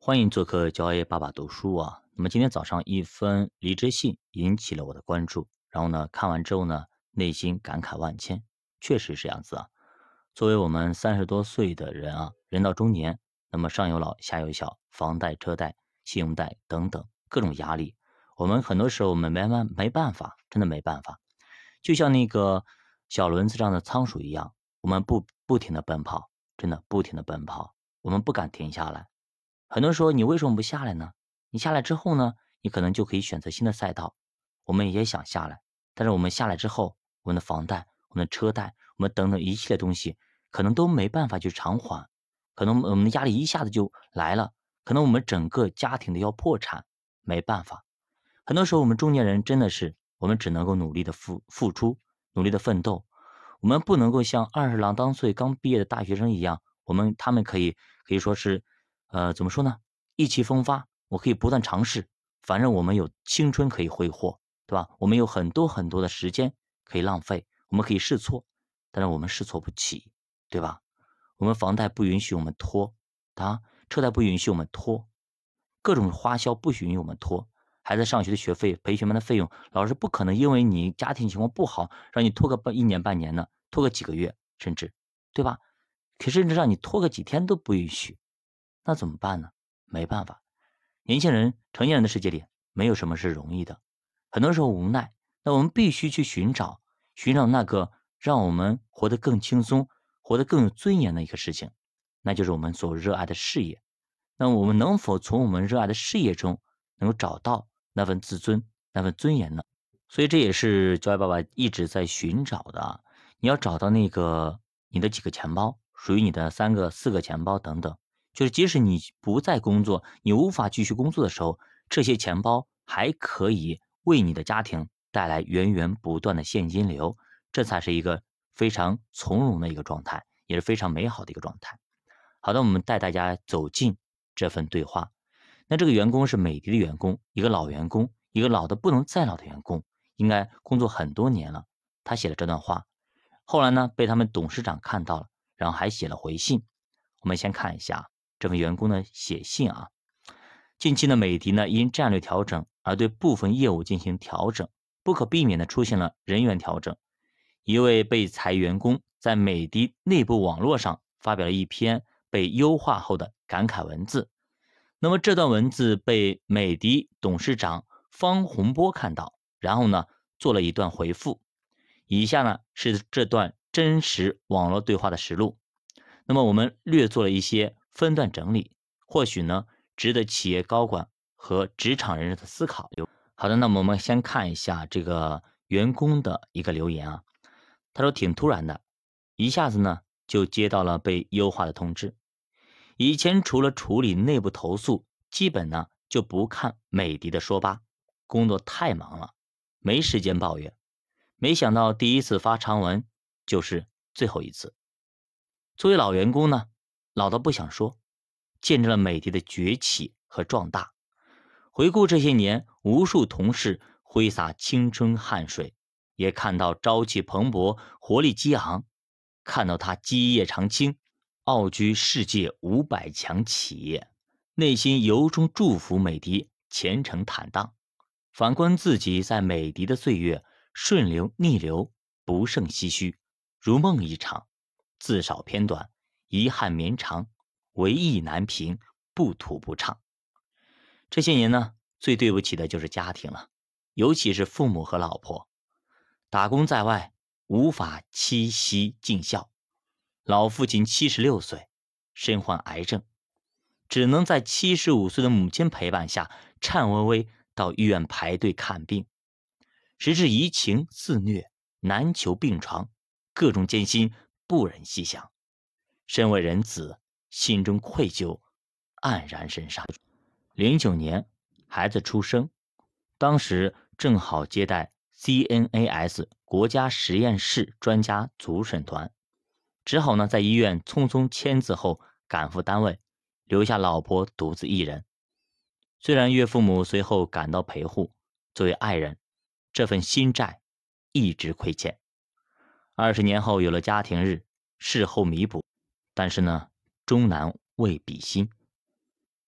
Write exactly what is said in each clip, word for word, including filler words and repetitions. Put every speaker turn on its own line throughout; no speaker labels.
欢迎做客教 A 爸爸读书啊。那么今天早上一封离职信引起了我的关注，然后呢，看完之后呢，内心感慨万千，确实是这样子啊。作为我们三十多岁的人啊，人到中年，那么上有老下有小，房贷、车贷、信用贷等等各种压力，我们很多时候我们没办没办法，真的没办法。就像那个小轮子上的仓鼠一样，我们不不停的奔跑，真的不停的奔跑，我们不敢停下来。很多人说你为什么不下来呢？你下来之后呢，你可能就可以选择新的赛道。我们也想下来，但是我们下来之后，我们的房贷、我们的车贷、我们等等一系列东西，可能都没办法去偿还，可能我们的压力一下子就来了，可能我们整个家庭的要破产，没办法。很多时候，我们中年人真的是，我们只能够努力的付付出，努力的奋斗。我们不能够像二十郎当岁刚毕业的大学生一样，我们他们可以可以说是，呃，怎么说呢？意气风发，我可以不断尝试，反正我们有青春可以挥霍，对吧？我们有很多很多的时间可以浪费，我们可以试错，但是我们试错不起，对吧？我们房贷不允许我们拖啊，车贷不允许我们拖，各种花销不允许我们拖。孩子上学的学费、培训班的费用，老师不可能因为你家庭情况不好，让你拖个半一年半年的，拖个几个月，甚至，对吧？可甚至让你拖个几天都不允许，那怎么办呢？没办法，年轻人、成年人的世界里，没有什么是容易的，很多时候无奈，那我们必须去寻找，寻找那个让我们活得更轻松、活得更有尊严的一个事情，那就是我们所热爱的事业。那我们能否从我们热爱的事业中，能够找到那份自尊、那份尊严呢？所以这也是教育爸爸一直在寻找的啊。你要找到那个你的几个钱包，属于你的三个、四个钱包等等，就是即使你不再工作，你无法继续工作的时候，这些钱包还可以为你的家庭带来源源不断的现金流，这才是一个非常从容的一个状态，也是非常美好的一个状态。好的，我们带大家走进这份对话。那这个员工是美的的员工，一个老员工，一个老的不能再老的员工，应该工作很多年了。他写了这段话，后来呢被他们董事长看到了，然后还写了回信。我们先看一下这位员工的写信啊。近期呢，美的呢因战略调整而对部分业务进行调整，不可避免的出现了人员调整。一位被裁员工在美的内部网络上发表了一篇被优化后的感慨文字。那么这段文字被美的董事长方洪波看到，然后呢做了一段回复。以下呢是这段真实网络对话的实录。那么我们略做了一些分段整理，或许呢值得企业高管和职场人士的思考。好的，那么我们先看一下这个员工的一个留言啊。他说挺突然的，一下子呢就接到了被优化的通知。以前除了处理内部投诉，基本呢就不看美的的说吧，工作太忙了，没时间抱怨。没想到第一次发长文就是最后一次。作为老员工呢，老到不想说，见证了美的的崛起和壮大。回顾这些年，无数同事挥洒青春汗水，也看到朝气蓬勃、活力激昂，看到他基业长青，傲居世界五百强企业，内心由衷祝福美的前程坦荡。反观自己在美的的岁月，顺流逆流，不胜唏嘘，如梦一场，自少偏短，遗憾绵长，唯意难平，不吐不畅。这些年呢，最对不起的就是家庭了，尤其是父母和老婆。打工在外，无法栖息尽孝。老父亲七十六岁，身患癌症，只能在七十五岁的母亲陪伴下，颤巍巍到医院排队看病。时至移情肆虐，难求病床，各种艰辛不忍细想。身为人子，心中愧疚，黯然神伤。零九年，孩子出生，当时正好接待 C N A S 国家实验室专家组审团，只好呢在医院匆匆签字后赶赴单位，留下老婆独自一人。虽然岳父母随后赶到陪护，作为爱人，这份心债一直亏欠。二十年后有了家庭日，事后弥补，但是呢，终难慰彼心。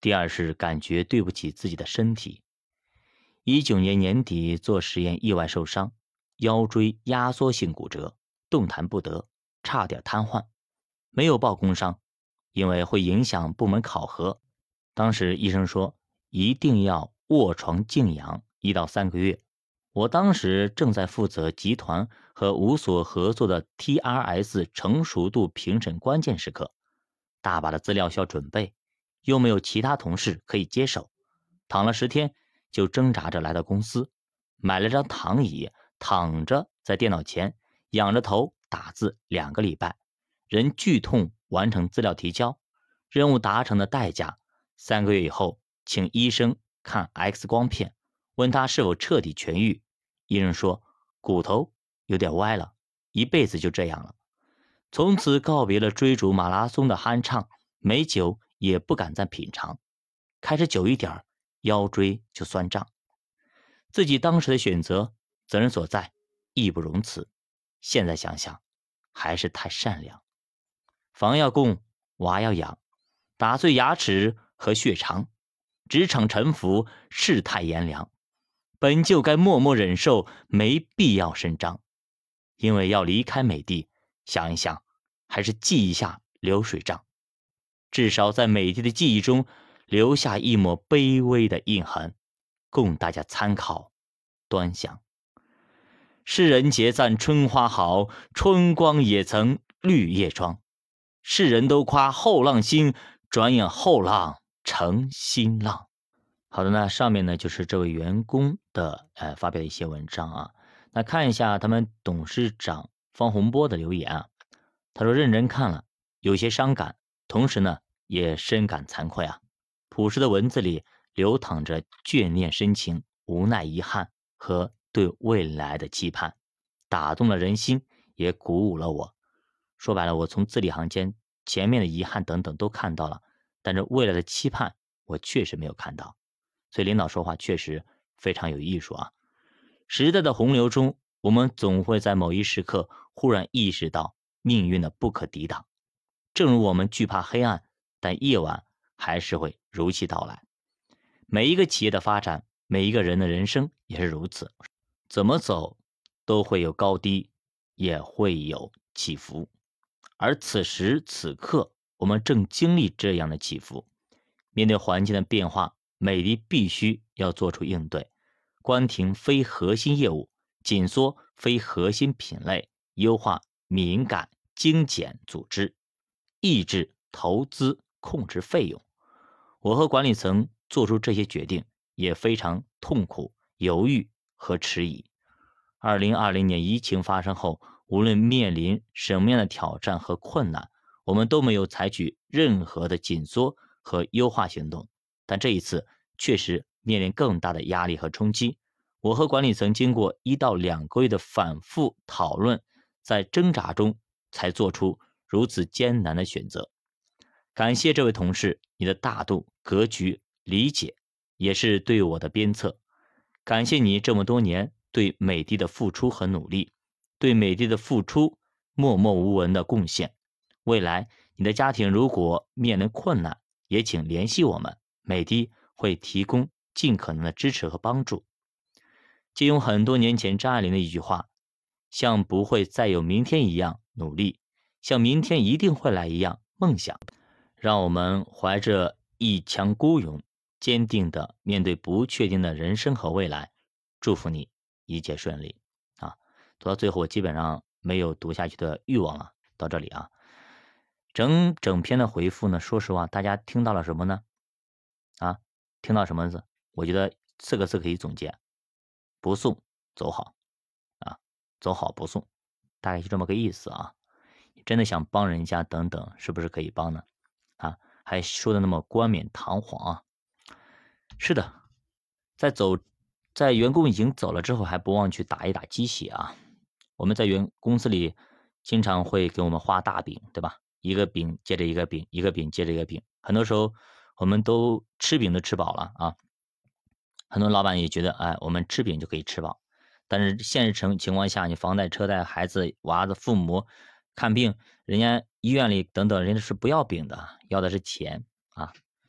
第二是感觉对不起自己的身体。一九年年底做实验意外受伤，腰椎压缩性骨折，动弹不得，差点瘫痪。没有报工伤，因为会影响部门考核。当时医生说一定要卧床静养一到三个月。我当时正在负责集团和五所合作的 T R S 成熟度评审关键时刻，大把的资料需要准备，又没有其他同事可以接手，躺了十天，就挣扎着来到公司，买了张躺椅，躺着在电脑前仰着头打字两个礼拜，人剧痛完成资料提交，任务达成的代价，三个月以后请医生看 X 光片，问他是否彻底痊愈。医生说骨头有点歪了，一辈子就这样了。从此告别了追逐马拉松的酣畅，美酒也不敢再品尝，开始久一点，腰椎就酸胀。自己当时的选择，责任所在，义不容辞。现在想想，还是太善良。房要供，娃要养，打碎牙齿和血肠，职场沉浮，世态炎凉，本就该默默忍受，没必要声张。因为要离开美帝，想一想，还是记一下流水账，至少在美帝的记忆中留下一抹卑微的印痕，供大家参考端详。世人皆赞春花好，春光也曾绿叶妆。世人都夸后浪新，转眼后浪成新浪。好的，那上面呢就是这位员工的呃发表的一些文章啊。那看一下他们董事长方洪波的留言啊，他说认真看了，有些伤感，同时呢也深感惭愧啊。朴实的文字里流淌着眷恋深情、无奈遗憾和对未来的期盼，打动了人心，也鼓舞了我。说白了，我从字里行间前面的遗憾等等都看到了，但是未来的期盼我确实没有看到。所以领导说话确实非常有艺术啊。时代的洪流中，我们总会在某一时刻忽然意识到命运的不可抵挡。正如我们惧怕黑暗，但夜晚还是会如期到来。每一个企业的发展，每一个人的人生也是如此，怎么走都会有高低，也会有起伏。而此时此刻，我们正经历这样的起伏。面对环境的变化，美的必须要做出应对，关停非核心业务，紧缩非核心品类，优化敏感精简组织，抑制投资控制费用。我和管理层做出这些决定也非常痛苦、犹豫和迟疑。二零二零年疫情发生后，无论面临什么样的挑战和困难，我们都没有采取任何的紧缩和优化行动。但这一次确实面临更大的压力和冲击。我和管理层经过一到两个月的反复讨论，在挣扎中才做出如此艰难的选择。感谢这位同事，你的大度、格局、理解，也是对我的鞭策。感谢你这么多年对美的的付出和努力，对美的的付出默默无闻的贡献。未来你的家庭如果面临困难，也请联系我们，美的会提供尽可能的支持和帮助。借用很多年前张爱玲的一句话，像不会再有明天一样努力，像明天一定会来一样梦想。让我们怀着一腔孤勇，坚定地面对不确定的人生和未来。祝福你一切顺利啊！读到最后，我基本上没有读下去的欲望了。到这里啊，整整篇的回复呢，说实话，大家听到了什么呢？啊，听到什么字？我觉得四个字可以总结：不送走好啊，走好不送，大概就这么个意思啊。真的想帮人家等等，是不是可以帮呢？啊，还说的那么冠冕堂皇啊！是的，在走，在员工已经走了之后，还不忘去打一打鸡血啊！我们在原公司里经常会给我们画大饼，对吧？一个饼接着一个饼，一个饼接着一个饼。很多时候我们都吃饼都吃饱了啊，很多老板也觉得，哎，我们吃饼就可以吃饱。但是现实情情况下，你房贷、车贷、孩子、娃子、父母看病，人家医院里等等，人家是不要饼的，要的是钱啊。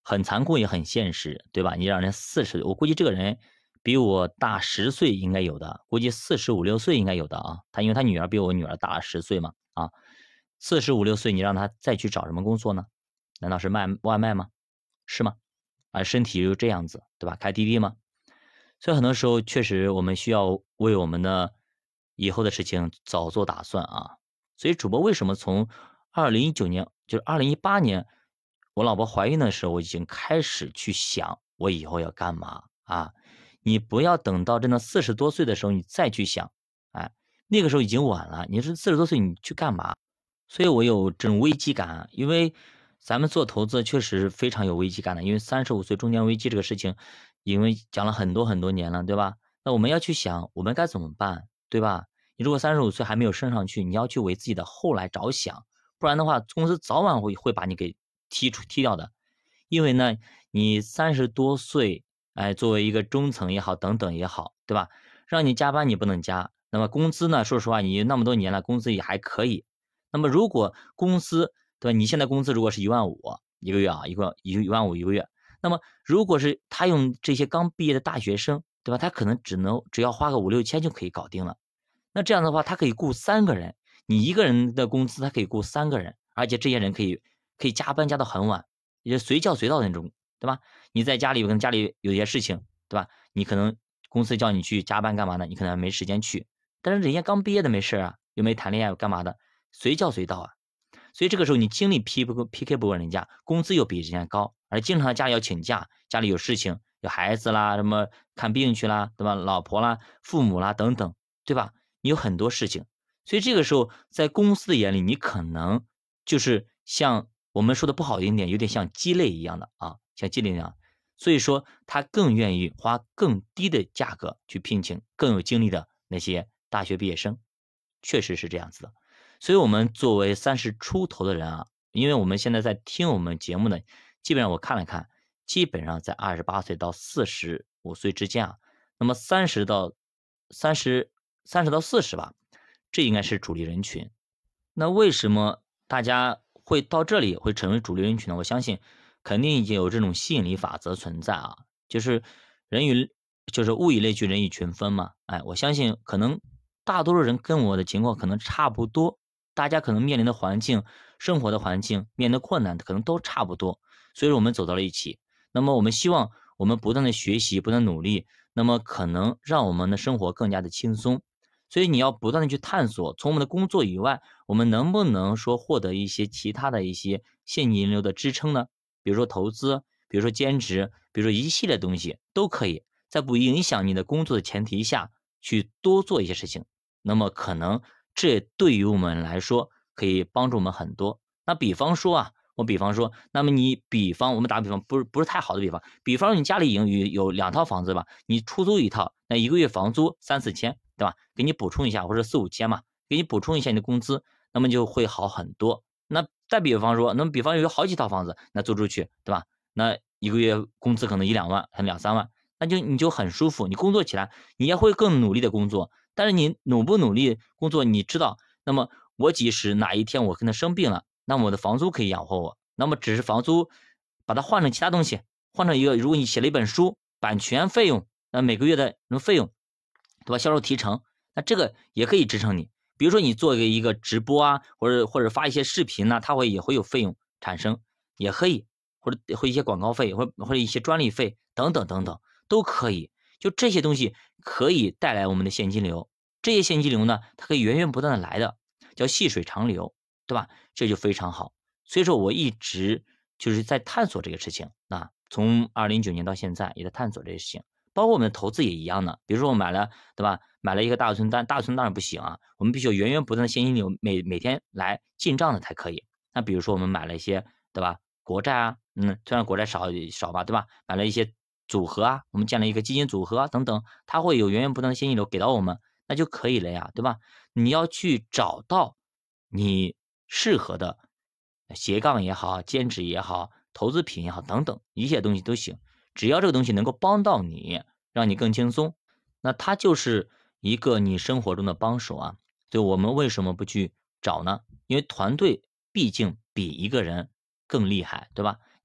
很残酷也很现实，对吧？你让人四十，我估计这个人比我大十岁应该有的，估计四十五六岁应该有的啊。他因为他女儿比我女儿大了十岁嘛，啊，四十五六岁你让他再去找什么工作呢？难道是卖外卖吗？是吗？啊，身体就这样子，对吧？开滴滴吗？所以很多时候确实我们需要为我们的以后的事情早做打算啊。所以主播为什么从二零一九年，就是二零一八年，我老婆怀孕的时候，我已经开始去想我以后要干嘛啊？你不要等到真的四十多岁的时候你再去想，哎，那个时候已经晚了。你是四十多岁你去干嘛？所以我有这种危机感，因为咱们做投资确实非常有危机感的，因为三十五岁中年危机这个事情，因为讲了很多很多年了，对吧？那我们要去想我们该怎么办，对吧？你如果三十五岁还没有升上去，你要去为自己的后来着想，不然的话，公司早晚会会把你给踢出踢掉的。因为呢，你三十多岁，哎，作为一个中层也好，等等也好，对吧？让你加班你不能加，那么工资呢？说实话，你那么多年了，工资也还可以。那么如果公司，对吧？你现在工资如果是一万五一个月啊，一个一一万五一个月，那么如果是他用这些刚毕业的大学生，对吧？他可能只能只要花个五六千就可以搞定了。那这样的话，他可以雇三个人，你一个人的工资他可以雇三个人，而且这些人可以可以加班加到很晚，也随叫随到的那种，对吧？你在家里可能家里有些事情，对吧？你可能公司叫你去加班干嘛呢？你可能没时间去，但是人家刚毕业的没事啊，又没谈恋爱干嘛的，随叫随到啊。所以这个时候你精力 P 不 P K 不过人家，工资又比人家高，而经常家里要请假，家里有事情，有孩子啦，什么看病去啦，对吧？老婆啦、父母啦等等，对吧？你有很多事情，所以这个时候在公司的眼里，你可能就是像我们说的不好一点，有点像鸡肋一样的啊，像鸡肋一样。所以说他更愿意花更低的价格去聘请更有精力的那些大学毕业生，确实是这样子的。所以我们作为三十出头的人啊，因为我们现在在听我们节目呢，基本上我看了看，基本上在二十八岁到四十五岁之间啊，那么三十到三十三十到四十吧，这应该是主力人群。那为什么大家会到这里会成为主力人群呢？我相信肯定已经有这种吸引力法则存在啊，就是人与就是物以类聚，人以群分嘛。哎，我相信可能大多数人跟我的情况可能差不多，大家可能面临的环境、生活的环境、面临的困难可能都差不多，所以说我们走到了一起。那么我们希望我们不断的学习，不断努力，那么可能让我们的生活更加的轻松。所以你要不断的去探索，从我们的工作以外，我们能不能说获得一些其他的一些现金流的支撑呢？比如说投资，比如说兼职，比如说一系列东西都可以，在不影响你的工作的前提下去多做一些事情。那么可能这对于我们来说可以帮助我们很多。那比方说啊，我比方说，那么你比方我们打个比方，不是不是太好的比方，比方说你家里已经有有两套房子吧，你出租一套，那一个月房租三四千，对吧？给你补充一下，或者四五千嘛，给你补充一下你的工资，那么就会好很多。那再比方说，那么比方有好几套房子，那租出去，对吧？那一个月工资可能一两万，可能两三万，那就你就很舒服，你工作起来你也会更努力的工作。但是你努不努力工作，你知道，那么我即使哪一天我可能生病了，那么我的房租可以养活我，那么只是房租把它换成其他东西，换成一个，如果你写了一本书，版权费用，那每个月的那费用，对吧？销售提成，那这个也可以支撑你。比如说你做一个一个直播啊，或者或者发一些视频呢、啊，它会也会有费用产生，也可以，或者会一些广告费，或者或者一些专利费等等等等都可以。就这些东西可以带来我们的现金流，这些现金流呢，它可以源源不断的来的，叫细水长流，对吧？这就非常好。所以说我一直就是在探索这个事情啊，从二零一九年到现在也在探索这些事情。包括我们的投资也一样的，比如说我买了，对吧？买了一个大存单，大存当然不行啊，我们必须有源源不断的现金流，每每天来进账的才可以。那比如说我们买了一些，对吧？国债啊，嗯，虽然国债少少吧，对吧？买了一些组合啊，我们建了一个基金组合啊，等等，它会有源源不断的现金流给到我们，那就可以了呀，对吧？你要去找到你适合的斜杠也好，兼职也好，投资品也好，等等一切东西都行。只要这个东西能够帮到你，让你更轻松，那它就是一个你生活中的帮手啊。就我们为什么不去找呢？因为团队毕竟比一个人更厉害，对吧？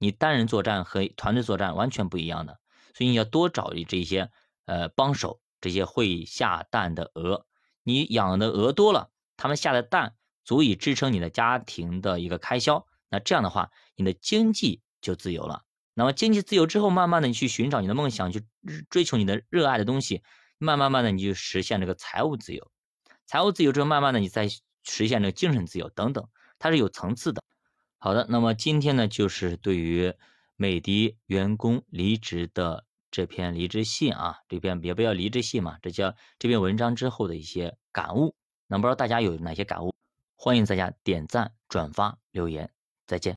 你单人作战和团队作战完全不一样的，所以你要多找这些呃帮手，这些会下蛋的鹅。你养的鹅多了，它们下的蛋足以支撑你的家庭的一个开销，那这样的话，你的经济就自由了。那么经济自由之后，慢慢的你去寻找你的梦想，去追求你的热爱的东西，慢慢慢的你就实现这个财务自由。财务自由之后，慢慢的你再实现这个精神自由等等，它是有层次的。好的，那么今天呢，就是对于美的员工离职的这篇离职信啊，这篇也不要离职信嘛，这叫这篇文章之后的一些感悟。那不知道大家有哪些感悟？欢迎大家点赞、转发、留言，再见。